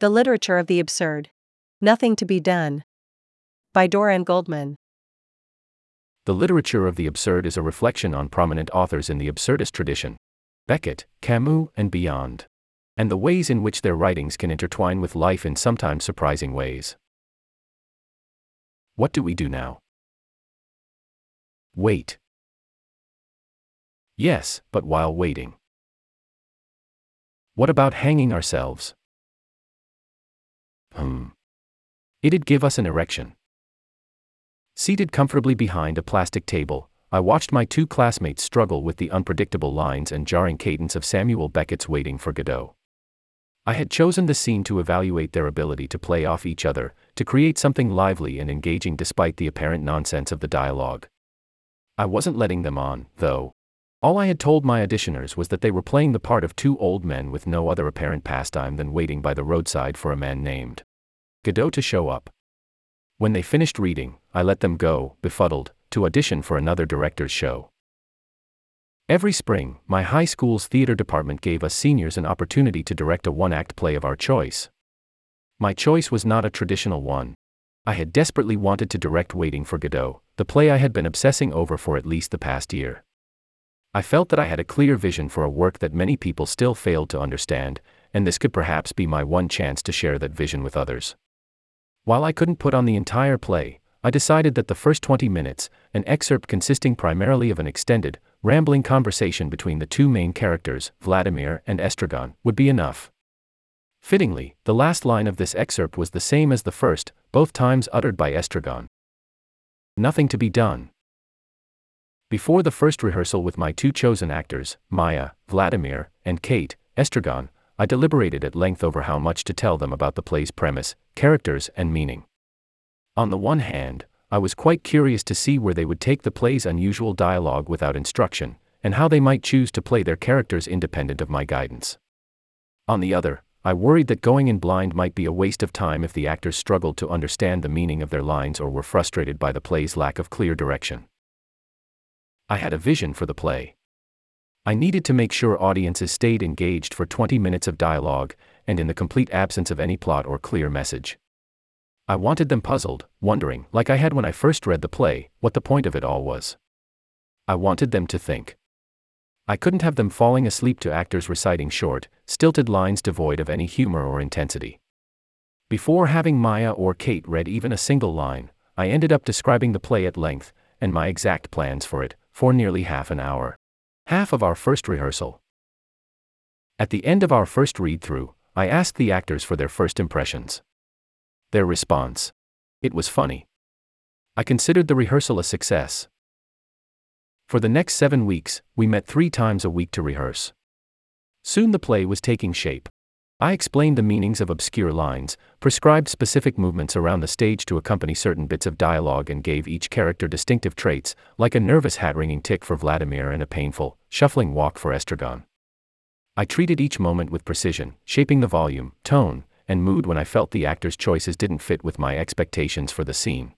The Literature of the Absurd. Nothing to be Done. By Doran Goldman. The literature of the absurd is a reflection on prominent authors in the absurdist tradition, Beckett, Camus, and beyond, and the ways in which their writings can intertwine with life in sometimes surprising ways. What do we do now? Wait. Yes, but while waiting. What about hanging ourselves? It'd give us an erection. Seated comfortably behind a plastic table, I watched my two classmates struggle with the unpredictable lines and jarring cadence of Samuel Beckett's Waiting for Godot. I had chosen the scene to evaluate their ability to play off each other, to create something lively and engaging despite the apparent nonsense of the dialogue. I wasn't letting them on, though. All I had told my auditioners was that they were playing the part of two old men with no other apparent pastime than waiting by the roadside for a man named Godot to show up. When they finished reading, I let them go, befuddled, to audition for another director's show. Every spring, my high school's theater department gave us seniors an opportunity to direct a one-act play of our choice. My choice was not a traditional one. I had desperately wanted to direct Waiting for Godot, the play I had been obsessing over for at least the past year. I felt that I had a clear vision for a work that many people still failed to understand, and this could perhaps be my one chance to share that vision with others. While I couldn't put on the entire play, I decided that the first 20 minutes, an excerpt consisting primarily of an extended, rambling conversation between the two main characters, Vladimir and Estragon, would be enough. Fittingly, the last line of this excerpt was the same as the first, both times uttered by Estragon. Nothing to be done. Before the first rehearsal with my two chosen actors, Maya, Vladimir, and Kate, Estragon, I deliberated at length over how much to tell them about the play's premise, characters, and meaning. On the one hand, I was quite curious to see where they would take the play's unusual dialogue without instruction, and how they might choose to play their characters independent of my guidance. On the other, I worried that going in blind might be a waste of time if the actors struggled to understand the meaning of their lines or were frustrated by the play's lack of clear direction. I had a vision for the play. I needed to make sure audiences stayed engaged for 20 minutes of dialogue, and in the complete absence of any plot or clear message. I wanted them puzzled, wondering, like I had when I first read the play, what the point of it all was. I wanted them to think. I couldn't have them falling asleep to actors reciting short, stilted lines devoid of any humor or intensity. Before having Maya or Kate read even a single line, I ended up describing the play at length, and my exact plans for it, for nearly half an hour. Half of our first rehearsal. At the end of our first read-through, I asked the actors for their first impressions. Their response: it was funny. I considered the rehearsal a success. For the next 7 weeks, we met 3 times a week to rehearse. Soon the play was taking shape. I explained the meanings of obscure lines, prescribed specific movements around the stage to accompany certain bits of dialogue, and gave each character distinctive traits, like a nervous hat-wringing tic for Vladimir and a painful, shuffling walk for Estragon. I treated each moment with precision, shaping the volume, tone, and mood when I felt the actors' choices didn't fit with my expectations for the scene.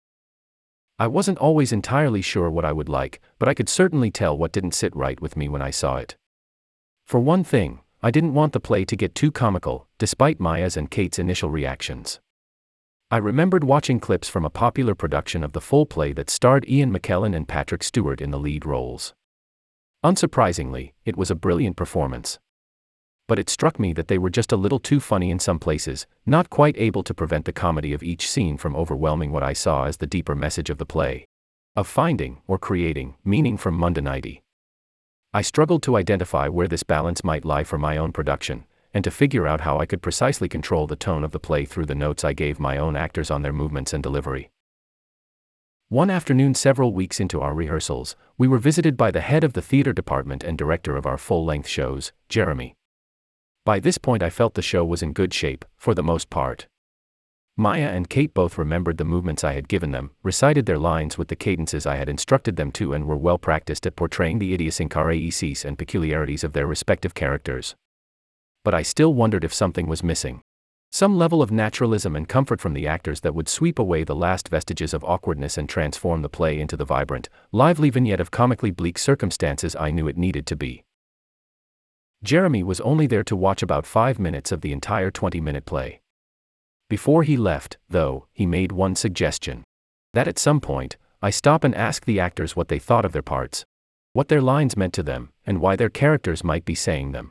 I wasn't always entirely sure what I would like, but I could certainly tell what didn't sit right with me when I saw it. For one thing, I didn't want the play to get too comical, despite Maya's and Kate's initial reactions. I remembered watching clips from a popular production of the full play that starred Ian McKellen and Patrick Stewart in the lead roles. Unsurprisingly, it was a brilliant performance. But it struck me that they were just a little too funny in some places, not quite able to prevent the comedy of each scene from overwhelming what I saw as the deeper message of the play. Of finding, or creating, meaning from mundanity. I struggled to identify where this balance might lie for my own production, and to figure out how I could precisely control the tone of the play through the notes I gave my own actors on their movements and delivery. One afternoon several weeks into our rehearsals, we were visited by the head of the theater department and director of our full-length shows, Jeremy. By this point I felt the show was in good shape, for the most part. Maya and Kate both remembered the movements I had given them, recited their lines with the cadences I had instructed them to, and were well practiced at portraying the idiosyncrasies and peculiarities of their respective characters. But I still wondered if something was missing. Some level of naturalism and comfort from the actors that would sweep away the last vestiges of awkwardness and transform the play into the vibrant, lively vignette of comically bleak circumstances I knew it needed to be. Jeremy was only there to watch about 5 minutes of the entire 20-minute play. Before he left, though, he made one suggestion. That at some point, I stop and ask the actors what they thought of their parts, what their lines meant to them, and why their characters might be saying them.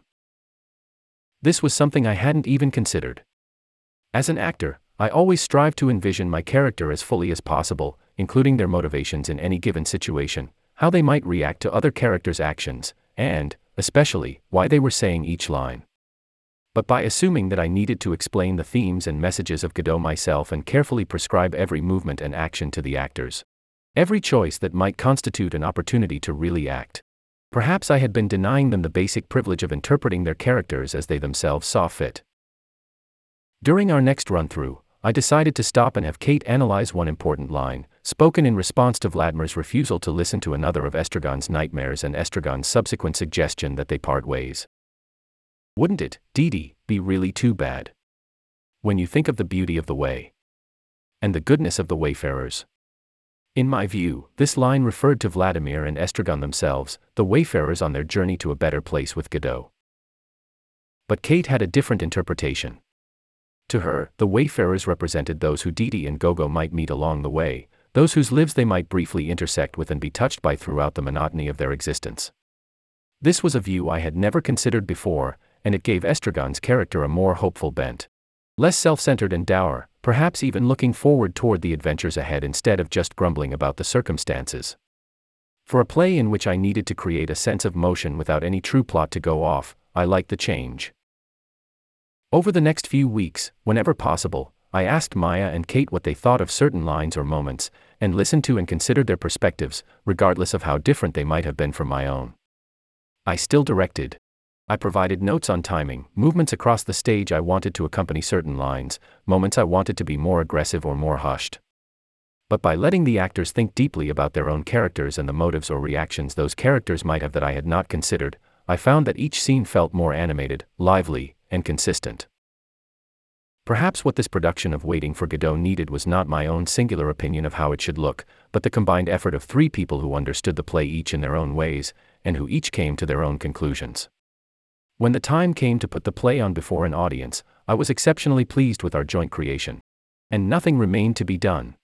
This was something I hadn't even considered. As an actor, I always strive to envision my character as fully as possible, including their motivations in any given situation, how they might react to other characters' actions, and, especially, why they were saying each line. But by assuming that I needed to explain the themes and messages of Godot myself and carefully prescribe every movement and action to the actors, every choice that might constitute an opportunity to really act, perhaps I had been denying them the basic privilege of interpreting their characters as they themselves saw fit. During our next run-through, I decided to stop and have Kate analyze one important line, spoken in response to Vladimir's refusal to listen to another of Estragon's nightmares and Estragon's subsequent suggestion that they part ways. Wouldn't it, Didi, be really too bad? When you think of the beauty of the way and the goodness of the wayfarers. In my view, this line referred to Vladimir and Estragon themselves, the wayfarers on their journey to a better place with Godot. But Kate had a different interpretation. To her, the wayfarers represented those who Didi and Gogo might meet along the way, those whose lives they might briefly intersect with and be touched by throughout the monotony of their existence. This was a view I had never considered before, and it gave Estragon's character a more hopeful bent. Less self-centered and dour, perhaps even looking forward toward the adventures ahead instead of just grumbling about the circumstances. For a play in which I needed to create a sense of motion without any true plot to go off, I liked the change. Over the next few weeks, whenever possible, I asked Maya and Kate what they thought of certain lines or moments, and listened to and considered their perspectives, regardless of how different they might have been from my own. I still directed. I provided notes on timing, movements across the stage I wanted to accompany certain lines, moments I wanted to be more aggressive or more hushed. But by letting the actors think deeply about their own characters and the motives or reactions those characters might have that I had not considered, I found that each scene felt more animated, lively, and consistent. Perhaps what this production of Waiting for Godot needed was not my own singular opinion of how it should look, but the combined effort of 3 people who understood the play each in their own ways, and who each came to their own conclusions. When the time came to put the play on before an audience, I was exceptionally pleased with our joint creation. And nothing remained to be done.